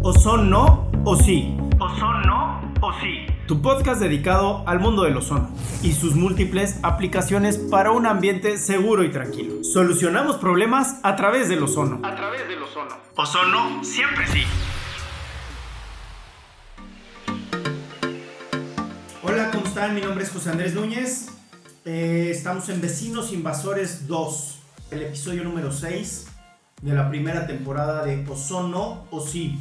O son no o sí. O son no o sí. Tu podcast dedicado al mundo del ozono y sus múltiples aplicaciones para un ambiente seguro y tranquilo. Solucionamos problemas a través del ozono. A través del ozono. Ozono siempre sí. Hola, ¿cómo están? Mi nombre es José Andrés Núñez. Estamos en Vecinos Invasores 2, el episodio número 6 de la primera temporada de O son no o sí.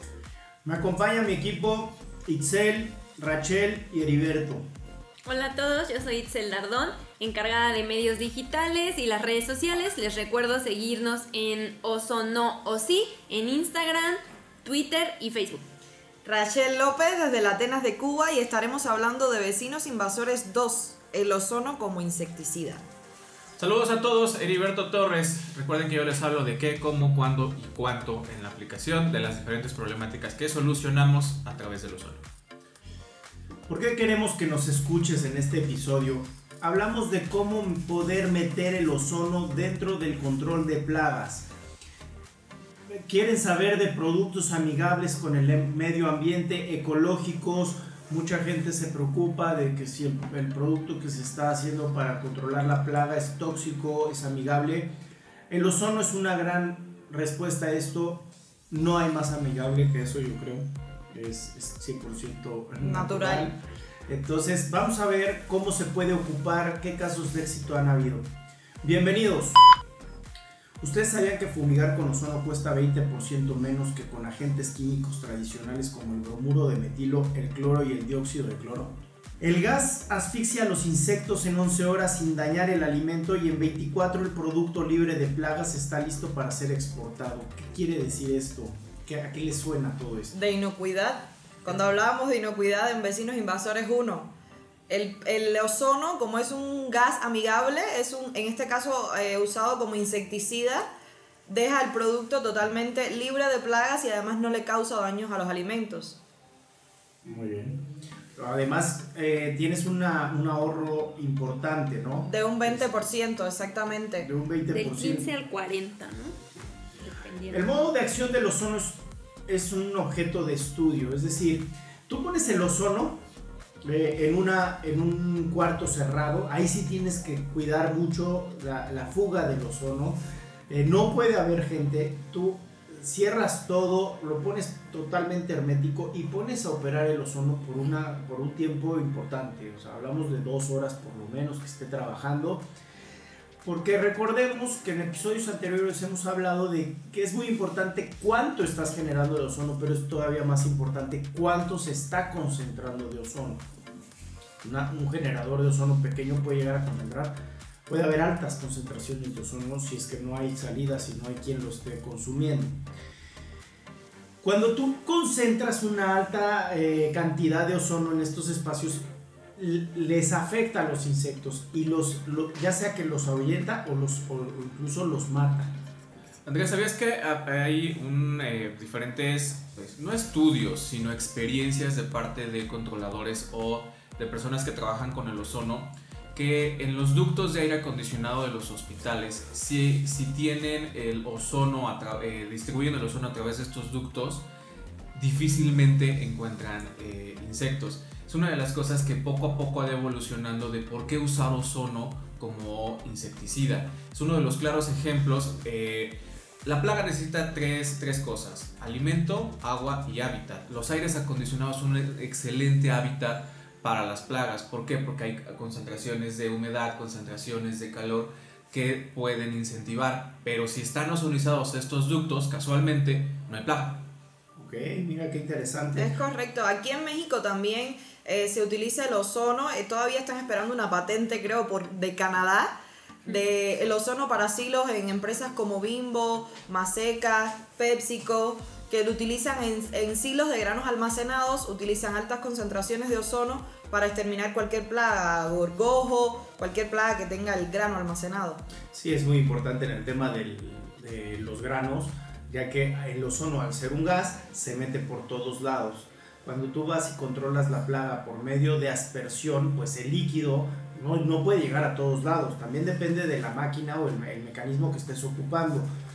Me acompaña mi equipo Itzel, Rachel y Heriberto. Hola a todos, yo soy Itzel Dardón, encargada de medios digitales y las redes sociales. Les recuerdo seguirnos en O son no o sí, en Instagram, Twitter y Facebook. Rachel López desde la Atenas de Cuba y estaremos hablando de Vecinos Invasores 2, el ozono como insecticida. Saludos a todos, Heriberto Torres. Recuerden que yo les hablo de qué, cómo, cuándo y cuánto en la aplicación de las diferentes problemáticas que solucionamos a través del ozono. ¿Por qué queremos que nos escuches en este episodio? Hablamos de cómo poder meter el ozono dentro del control de plagas. ¿Quieren saber de productos amigables con el medio ambiente, ecológicos? Mucha gente se preocupa de que si el producto que se está haciendo para controlar la plaga es tóxico, es amigable. El ozono es una gran respuesta a esto. No hay más amigable que eso, yo creo. Es 100% natural. Entonces vamos a ver cómo se puede ocupar, qué casos de éxito han habido. Bienvenidos. ¿Ustedes sabían que fumigar con ozono cuesta 20% menos que con agentes químicos tradicionales como el bromuro de metilo, el cloro y el dióxido de cloro? El gas asfixia a los insectos en 11 horas sin dañar el alimento y en 24 el producto libre de plagas está listo para ser exportado. ¿Qué quiere decir esto? ¿A qué le suena todo esto? De inocuidad. Cuando hablábamos de inocuidad en Vecinos Invasores 1, el ozono, como es un gas amigable, en este caso usado como insecticida, deja el producto totalmente libre de plagas y además no le causa daños a los alimentos. Muy bien. Además, tienes un ahorro importante, ¿no? De un 20%, exactamente. De un 20%. Del 15 al 40, ¿no? Dependiendo. El modo de acción del ozono es un objeto de estudio. Es decir, tú pones el ozono en un cuarto cerrado. Ahí sí tienes que cuidar mucho la fuga del ozono. No puede haber gente. Tú cierras todo, lo pones totalmente hermético y pones a operar el ozono por un tiempo importante. O sea, hablamos de 2 horas por lo menos que esté trabajando. Porque recordemos que en episodios anteriores hemos hablado de que es muy importante cuánto estás generando de ozono, pero es todavía más importante cuánto se está concentrando de ozono. Un generador de ozono pequeño puede llegar a concentrar, puede haber altas concentraciones de ozono si es que no hay salida, si no hay quien lo esté consumiendo. Cuando tú concentras una alta cantidad de ozono en estos espacios, les afecta a los insectos y ya sea que los ahuyenta o incluso los mata. Andrés, ¿sabías que hay diferentes, no estudios, sino experiencias de parte de controladores o de personas que trabajan con el ozono, que en los ductos de aire acondicionado de los hospitales, si tienen el ozono, distribuyen el ozono a través de estos ductos, difícilmente encuentran insectos? Es una de las cosas que poco a poco ha ido evolucionando de por qué usar ozono como insecticida. Es uno de los claros ejemplos. La plaga necesita tres cosas: alimento, agua y hábitat. Los aires acondicionados son un excelente hábitat para las plagas. ¿Por qué? Porque hay concentraciones de humedad, concentraciones de calor que pueden incentivar. Pero si están ozonizados estos ductos, casualmente no hay plaga. Ok, mira qué interesante. Es correcto. Aquí en México también se utiliza el ozono. Todavía están esperando una patente, creo, de Canadá, de el ozono para silos en empresas como Bimbo, Maseca, PepsiCo, que lo utilizan en silos de granos almacenados. Utilizan altas concentraciones de ozono para exterminar cualquier plaga, gorgojo, cualquier plaga que tenga el grano almacenado. Sí, es muy importante en el tema de los granos, ya que el ozono, al ser un gas, se mete por todos lados. Cuando tú vas y controlas la plaga por medio de aspersión, pues el líquido no puede llegar a todos lados. También depende de la máquina o el mecanismo que estés ocupando.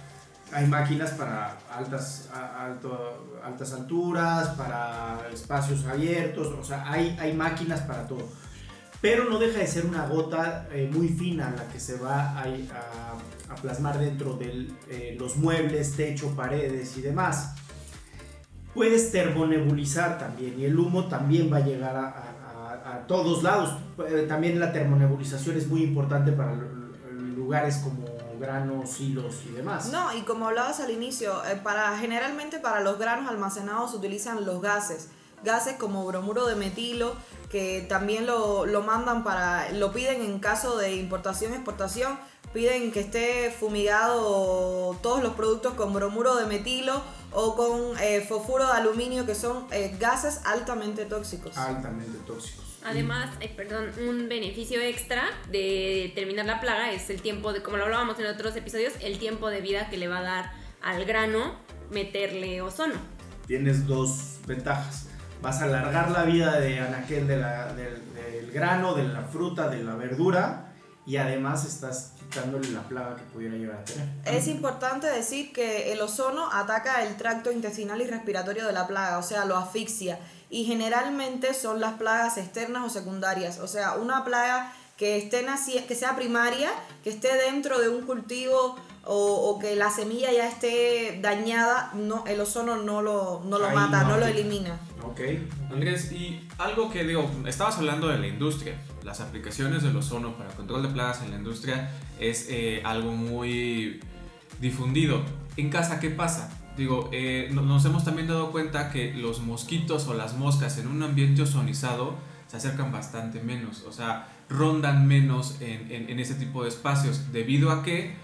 hay máquinas para altas alturas, para espacios abiertos, o sea, hay máquinas para todo. Pero no deja de ser una gota muy fina la que se va a plasmar dentro de los muebles, techo, paredes y demás. Puedes termonebulizar también, y el humo también va a llegar a todos lados. También la termonebulización es muy importante para lugares como granos, hilos y demás. No, y como hablabas al inicio, generalmente para los granos almacenados se utilizan los gases como bromuro de metilo, que también lo mandan lo piden en caso de importación, exportación, piden que esté fumigado todos los productos con bromuro de metilo o con fosfuro de aluminio, que son gases altamente tóxicos. Altamente tóxicos. Además, un beneficio extra de terminar la plaga es el tiempo de, como lo hablábamos en otros episodios, el tiempo de vida que le va a dar al grano meterle ozono. Tienes dos ventajas. Vas a alargar la vida de anaquel del grano, de la fruta, de la verdura, y además estás quitándole la plaga que pudiera llegar a tener. Es importante decir que el ozono ataca el tracto intestinal y respiratorio de la plaga, o sea, lo asfixia, y generalmente son las plagas externas o secundarias, o sea, una plaga que sea primaria, que esté dentro de un cultivo o que la semilla ya esté dañada, el ozono no lo mata, no lo elimina. Ok. Andrés, y algo que estabas hablando de la industria. Las aplicaciones del ozono para control de plagas en la industria es algo muy difundido. En casa, ¿qué pasa? Nos hemos también dado cuenta que los mosquitos o las moscas en un ambiente ozonizado se acercan bastante menos, o sea, rondan menos en ese tipo de espacios, debido a que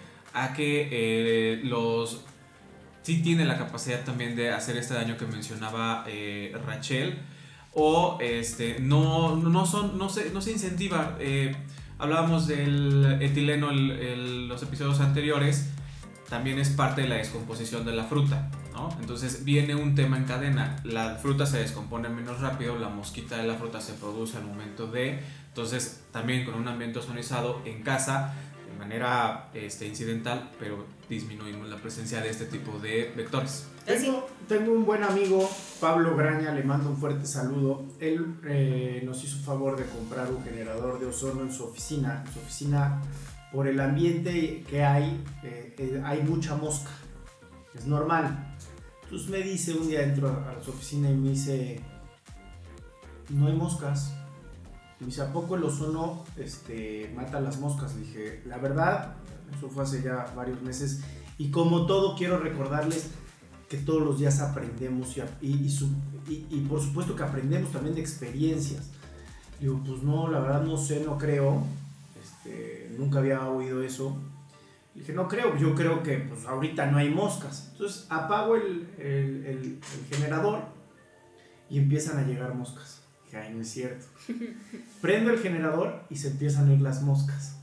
sí tiene la capacidad también de hacer este daño que mencionaba Rachel, o no se incentiva. Hablábamos del etileno en los episodios anteriores, también es parte de la descomposición de la fruta, ¿no? Entonces viene un tema en cadena, la fruta se descompone menos rápido, la mosquita de la fruta se produce al momento entonces también con un ambiente ozonizado en casa, de manera incidental, pero disminuimos la presencia de este tipo de vectores. Tengo un buen amigo, Pablo Graña, le mando un fuerte saludo. Él nos hizo favor de comprar un generador de ozono en su oficina. En su oficina, por el ambiente que hay mucha mosca, es normal. Entonces me dice un día, entro a su oficina y me dice, no hay moscas. Me dice, ¿a poco el ozono mata las moscas? Le dije, la verdad, eso fue hace ya varios meses, y como todo quiero recordarles que todos los días aprendemos y por supuesto que aprendemos también de experiencias. Digo, pues no, la verdad no sé, no creo, nunca había oído eso. Le dije, no creo, yo creo que pues ahorita no hay moscas. Entonces apago el generador y empiezan a llegar moscas. Dije, ay, no es cierto. Prendo el generador y se empiezan a ir las moscas.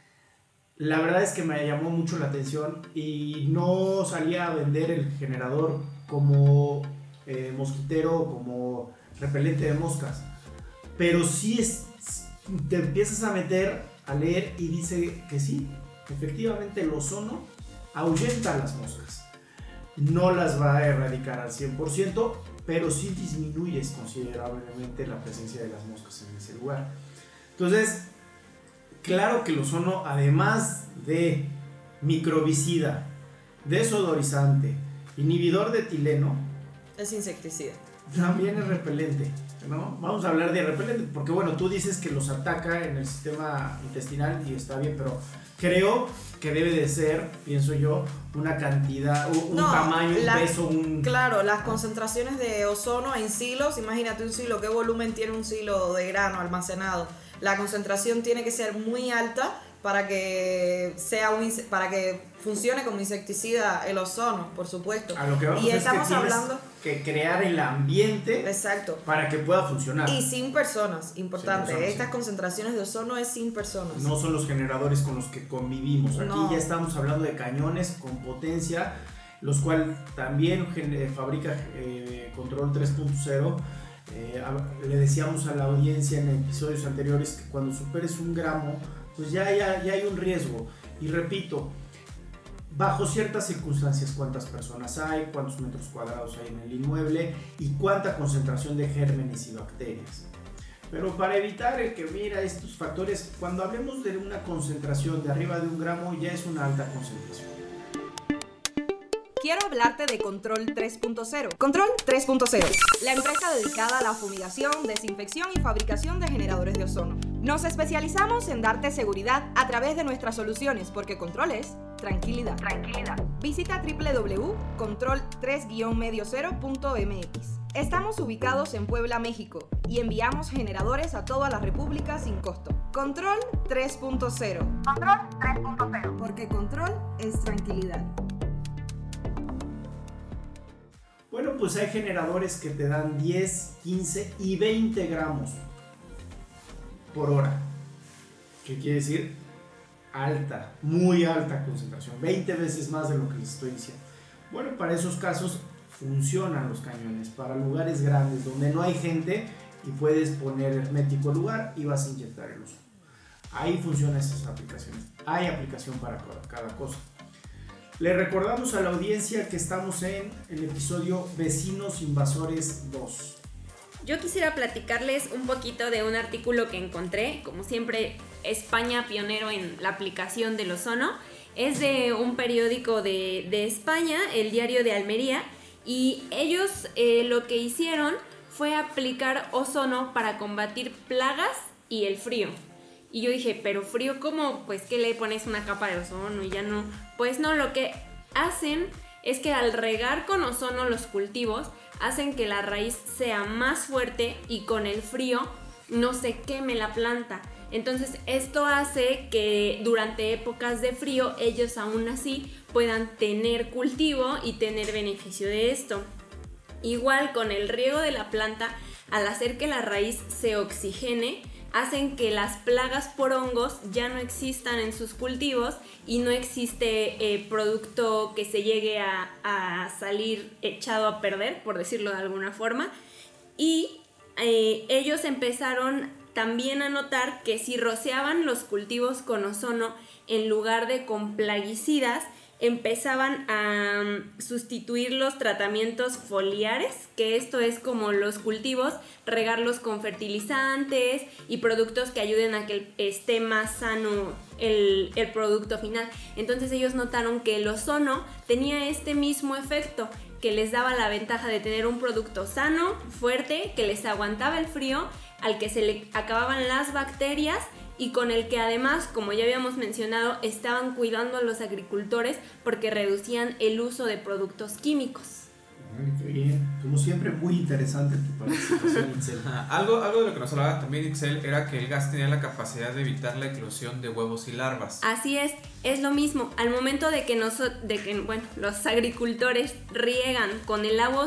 La verdad es que me llamó mucho la atención y no salía a vender el generador como mosquitero, como repelente de moscas, pero sí te empiezas a meter a leer y dice que sí, efectivamente el ozono ahuyenta a las moscas. No las va a erradicar al 100%, pero sí disminuyes considerablemente la presencia de las moscas en ese lugar. Entonces, claro que el ozono, además de microbicida, desodorizante, inhibidor de etileno, es insecticida. También es repelente, ¿no? Vamos a hablar de repelente, porque bueno, tú dices que los ataca en el sistema intestinal y está bien, pero creo que debe de ser, pienso yo, una cantidad, tamaño, un peso, Claro, las concentraciones de ozono en silos, imagínate un silo, ¿qué volumen tiene un silo de grano almacenado? La concentración tiene que ser muy alta para que funcione como insecticida el ozono, por supuesto. A lo que vamos y es estamos que hablando que crear el ambiente, exacto, para que pueda funcionar. Y sin personas, importante. Sin personas, estas sí. Concentraciones de ozono es sin personas. No son los generadores con los que convivimos. Aquí No. ya estamos hablando de cañones con potencia, los cuales también fabrica Control 3.0. Le decíamos a la audiencia en episodios anteriores que cuando superes 1 gramo, pues ya hay un riesgo. Y repito, bajo ciertas circunstancias, cuántas personas hay, cuántos metros cuadrados hay en el inmueble y cuánta concentración de gérmenes y bacterias. Pero para evitar el que mira estos factores, cuando hablemos de una concentración de arriba de 1 gramo ya es una alta concentración. Quiero hablarte de Control 3.0. Control 3.0, la empresa dedicada a la fumigación, desinfección y fabricación de generadores de ozono. Nos especializamos en darte seguridad a través de nuestras soluciones, porque control es tranquilidad. Visita www.control3-mediocero.mx. Estamos ubicados en Puebla, México, y enviamos generadores a toda la República sin costo. Control 3.0. Control 3.0. Porque control es tranquilidad. Bueno, pues hay generadores que te dan 10, 15 y 20 gramos por hora. ¿Qué quiere decir? Alta, muy alta concentración, 20 veces más de lo que les estoy diciendo. Bueno, para esos casos funcionan los cañones, para lugares grandes donde no hay gente y puedes poner hermético el lugar y vas a inyectar el ozono. Ahí funcionan esas aplicaciones. Hay aplicación para cada cosa. Le recordamos a la audiencia que estamos en el episodio Vecinos Invasores 2. Yo quisiera platicarles un poquito de un artículo que encontré, como siempre, España pionero en la aplicación del ozono. Es de un periódico de España, el Diario de Almería, y ellos lo que hicieron fue aplicar ozono para combatir plagas y el frío. Y yo dije, ¿pero frío cómo? Pues que le pones una capa de ozono y ya no. Pues no, lo que hacen es que al regar con ozono los cultivos, hacen que la raíz sea más fuerte y con el frío no se queme la planta. Entonces esto hace que durante épocas de frío ellos aún así puedan tener cultivo y tener beneficio de esto. Igual con el riego de la planta, al hacer que la raíz se oxigene, hacen que las plagas por hongos ya no existan en sus cultivos y no existe producto que se llegue a salir echado a perder, por decirlo de alguna forma. Y ellos empezaron también a notar que si rociaban los cultivos con ozono en lugar de con plaguicidas, empezaban a sustituir los tratamientos foliares, que esto es como los cultivos, regarlos con fertilizantes y productos que ayuden a que esté más sano el producto final. Entonces ellos notaron que el ozono tenía este mismo efecto, que les daba la ventaja de tener un producto sano, fuerte, que les aguantaba el frío, al que se le acababan las bacterias y con el que además, como ya habíamos mencionado, estaban cuidando a los agricultores porque reducían el uso de productos químicos. Qué bien, como siempre muy interesante tu participación, Itzel. Algo de lo que nos hablaba también Itzel era que el gas tenía la capacidad de evitar la eclosión de huevos y larvas. Así es lo mismo. Al momento de que los agricultores riegan con el agua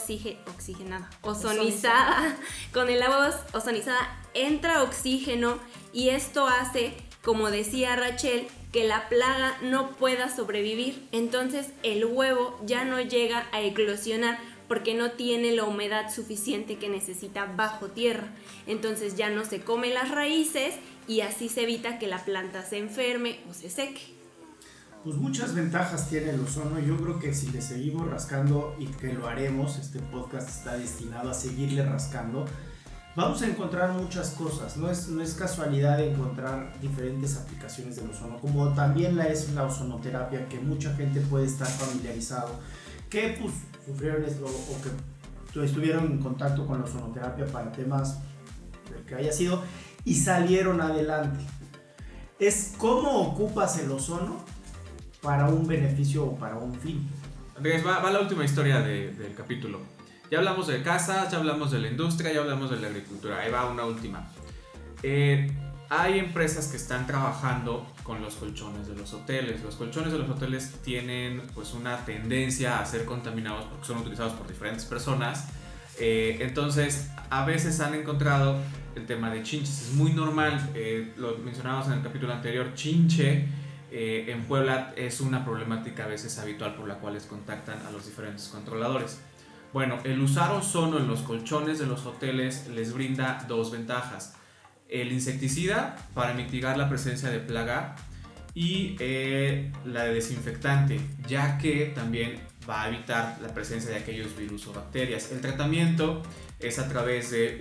ozonizada, con el agua ozonizada entra oxígeno y esto hace, como decía Rachel, que la plaga no pueda sobrevivir. Entonces el huevo ya no llega a eclosionar porque no tiene la humedad suficiente que necesita bajo tierra. Entonces ya no se come las raíces y así se evita que la planta se enferme o se seque. Pues muchas ventajas tiene el ozono. Yo creo que si le seguimos rascando, y que lo haremos, este podcast está destinado a seguirle rascando, vamos a encontrar muchas cosas. No es casualidad encontrar diferentes aplicaciones del ozono, como también es la ozonoterapia, que mucha gente puede estar familiarizado, que pues sufrieron esto o que estuvieron en contacto con la ozonoterapia para temas del que haya sido y salieron adelante. Es cómo ocupas el ozono para un beneficio o para un fin. Andrés, va la última historia del capítulo. Ya hablamos de casas, ya hablamos de la industria, ya hablamos de la agricultura. Ahí va una última. Hay empresas que están trabajando con los colchones de los hoteles. Los colchones de los hoteles tienen pues una tendencia a ser contaminados porque son utilizados por diferentes personas. Entonces, a veces han encontrado el tema de chinches. Es muy normal, lo mencionábamos en el capítulo anterior, chinche. En Puebla es una problemática a veces habitual por la cual les contactan a los diferentes controladores. Bueno, el usar ozono en los colchones de los hoteles les brinda dos ventajas. El insecticida para mitigar la presencia de plaga y la de desinfectante, ya que también va a evitar la presencia de aquellos virus o bacterias. El tratamiento es a través de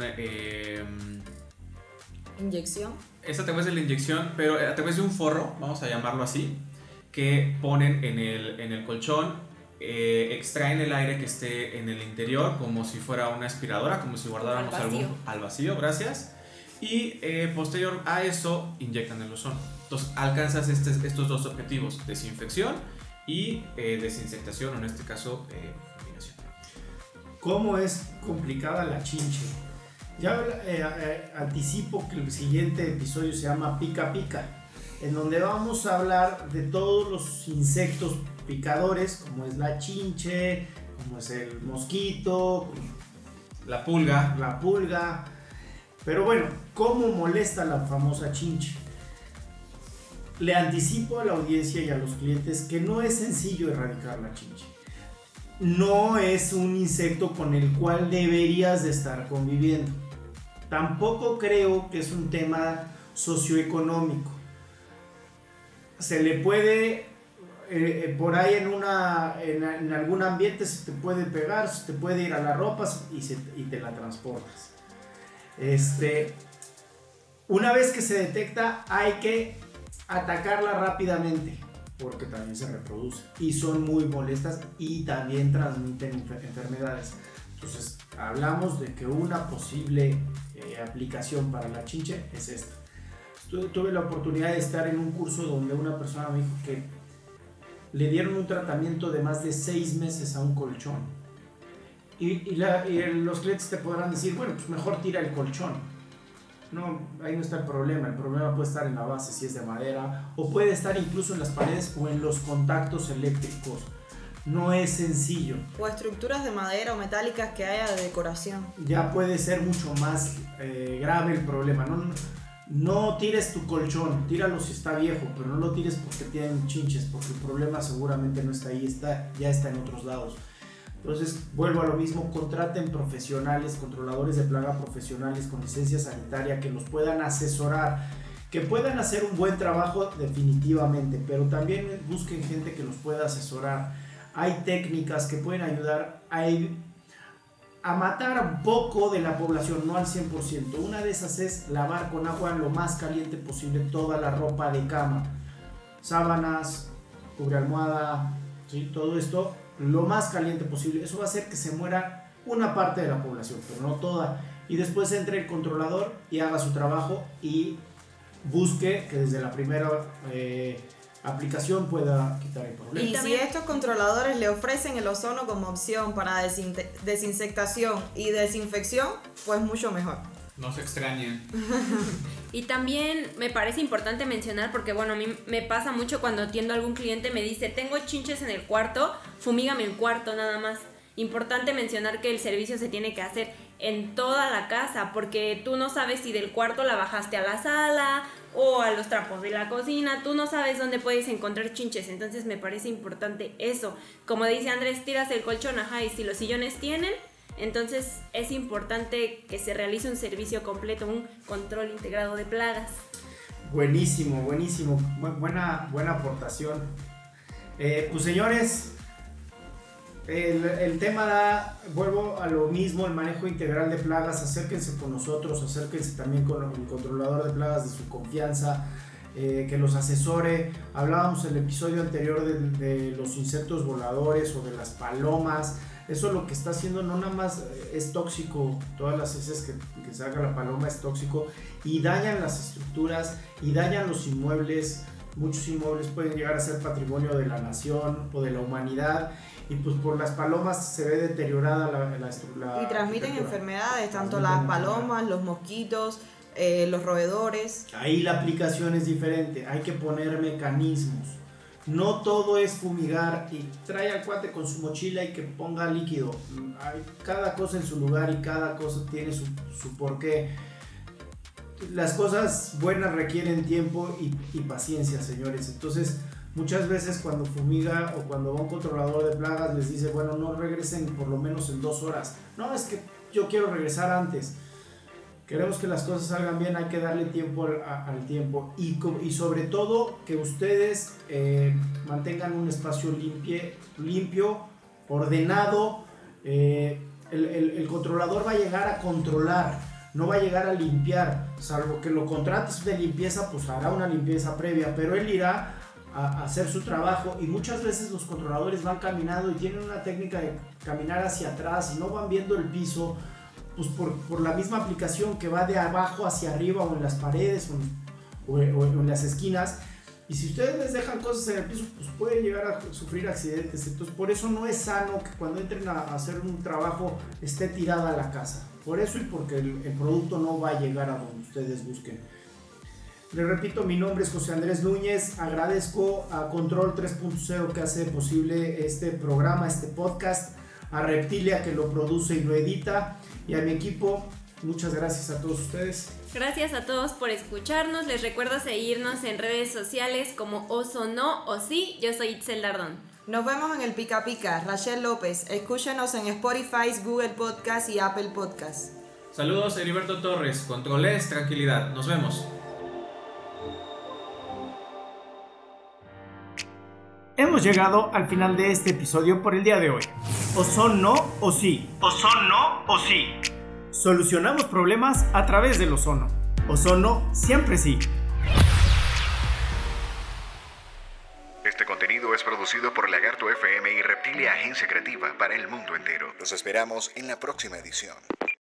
¿Inyección? es a través de la inyección, pero a través de un forro, vamos a llamarlo así, que ponen en el colchón, extraen el aire que esté en el interior como si fuera una aspiradora, como si guardáramos al vacío, gracias. Y posterior a eso inyectan el ozono. Entonces alcanzas estos dos objetivos: desinfección y desinsectación, o en este caso fumigación. ¿Cómo es complicada la chinche? Ya anticipo que el siguiente episodio se llama Pica Pica, en donde vamos a hablar de todos los insectos picadores, como es la chinche, como es el mosquito, la pulga. Pero bueno, ¿cómo molesta la famosa chinche? Le anticipo a la audiencia y a los clientes que no es sencillo erradicar la chinche. No es un insecto con el cual deberías de estar conviviendo. Tampoco creo que es un tema socioeconómico. Se le puede, por ahí en algún ambiente se te puede pegar, se te puede ir a la ropa y te la transportas. Una vez que se detecta, hay que atacarla rápidamente, porque también se reproduce y son muy molestas y también transmiten enfermedades. Entonces hablamos de que una posible aplicación para la chinche es esta. Tuve la oportunidad de estar en un curso donde una persona me dijo que le dieron un tratamiento de más de 6 meses a un colchón y los clientes te podrán decir, bueno, pues mejor tira el colchón. No, ahí no está el problema puede estar en la base si es de madera, o puede estar incluso en las paredes o en los contactos eléctricos. No es sencillo. O estructuras de madera o metálicas que haya de decoración. Ya puede ser mucho más grave el problema. No tires tu colchón, tíralo si está viejo, pero no lo tires porque tienen chinches, porque el problema seguramente no está ahí, ya está en otros lados. Entonces, vuelvo a lo mismo, contraten profesionales, controladores de plaga profesionales con licencia sanitaria que los puedan asesorar, que puedan hacer un buen trabajo definitivamente, pero también busquen gente que los pueda asesorar. Hay técnicas que pueden ayudar a matar un poco de la población, no al 100%. Una de esas es lavar con agua lo más caliente posible toda la ropa de cama, sábanas, cubre almohada, ¿sí? Todo esto lo más caliente posible. Eso va a hacer que se muera una parte de la población, pero no toda. Y después entre el controlador y haga su trabajo y busque que desde la primera aplicación pueda quitar el problema. Y también, si estos controladores le ofrecen el ozono como opción para desinsectación y desinfección, pues mucho mejor. No se extrañen. Y también me parece importante mencionar, porque bueno, a mí me pasa mucho cuando atiendo a algún cliente, me dice, tengo chinches en el cuarto, fumígame el cuarto nada más. Importante mencionar que el servicio se tiene que hacer en toda la casa, porque tú no sabes si del cuarto la bajaste a la sala o a los trapos de la cocina, tú no sabes dónde puedes encontrar chinches, entonces me parece importante eso. Como dice Andrés, tiras el colchón, y si los sillones tienen, entonces es importante que se realice un servicio completo, un control integrado de plagas. Buenísimo, buena aportación. Pues señores, el tema vuelvo a lo mismo, el manejo integral de plagas. Acérquense con nosotros, acérquense también con el controlador de plagas de su confianza, que los asesore. Hablábamos en el episodio anterior de los insectos voladores o de las palomas. Eso lo que está haciendo no nada más es tóxico, todas las heces que saca la paloma es tóxico y dañan las estructuras y dañan los inmuebles. Muchos inmuebles pueden llegar a ser patrimonio de la nación o de la humanidad, y pues por las palomas se ve deteriorada la estructura. Y transmiten enfermedades, tanto las palomas, los mosquitos, los roedores. Ahí la aplicación es diferente, hay que poner mecanismos. No todo es fumigar y trae al cuate con su mochila y que ponga líquido. Hay cada cosa en su lugar y cada cosa tiene su porqué. Las cosas buenas requieren tiempo y paciencia, señores. Entonces, muchas veces cuando fumiga o cuando va un controlador de plagas les dice, bueno, no regresen por lo menos en 2 horas. No, es que yo quiero regresar antes. queremos que las cosas salgan bien, hay que darle tiempo al tiempo y sobre todo que ustedes mantengan un espacio limpio, ordenado. El controlador va a llegar a controlar, no va a llegar a limpiar, salvo que lo contrates de limpieza, pues hará una limpieza previa, pero él irá a hacer su trabajo. Y muchas veces los controladores van caminando y tienen una técnica de caminar hacia atrás y no van viendo el piso, pues por la misma aplicación que va de abajo hacia arriba o en las paredes o en las esquinas. Y si ustedes les dejan cosas en el piso, pues pueden llegar a sufrir accidentes. Entonces por eso no es sano que cuando entren a hacer un trabajo esté tirada la casa. Por eso y porque el producto no va a llegar a donde ustedes busquen. Les repito, mi nombre es José Andrés Núñez. Agradezco a Control 3.0 que hace posible este programa, este podcast, a Reptilia que lo produce y lo edita, y a mi equipo. Muchas gracias a todos ustedes. Gracias a todos por escucharnos. Les recuerdo seguirnos en redes sociales como Oso No o Sí. Yo soy Itzel Dardón. Nos vemos en el Pica Pica. Rachel López. Escúchenos en Spotify, Google Podcast y Apple Podcast. Saludos, Heriberto Torres. Controles, tranquilidad. Nos vemos. Hemos llegado al final de este episodio por el día de hoy. O son no o sí. O son no o sí. Solucionamos problemas a través del ozono. Ozono siempre sí. Este contenido es producido por Lagarto FM y Reptilia Agencia Creativa para el mundo entero. Los esperamos en la próxima edición.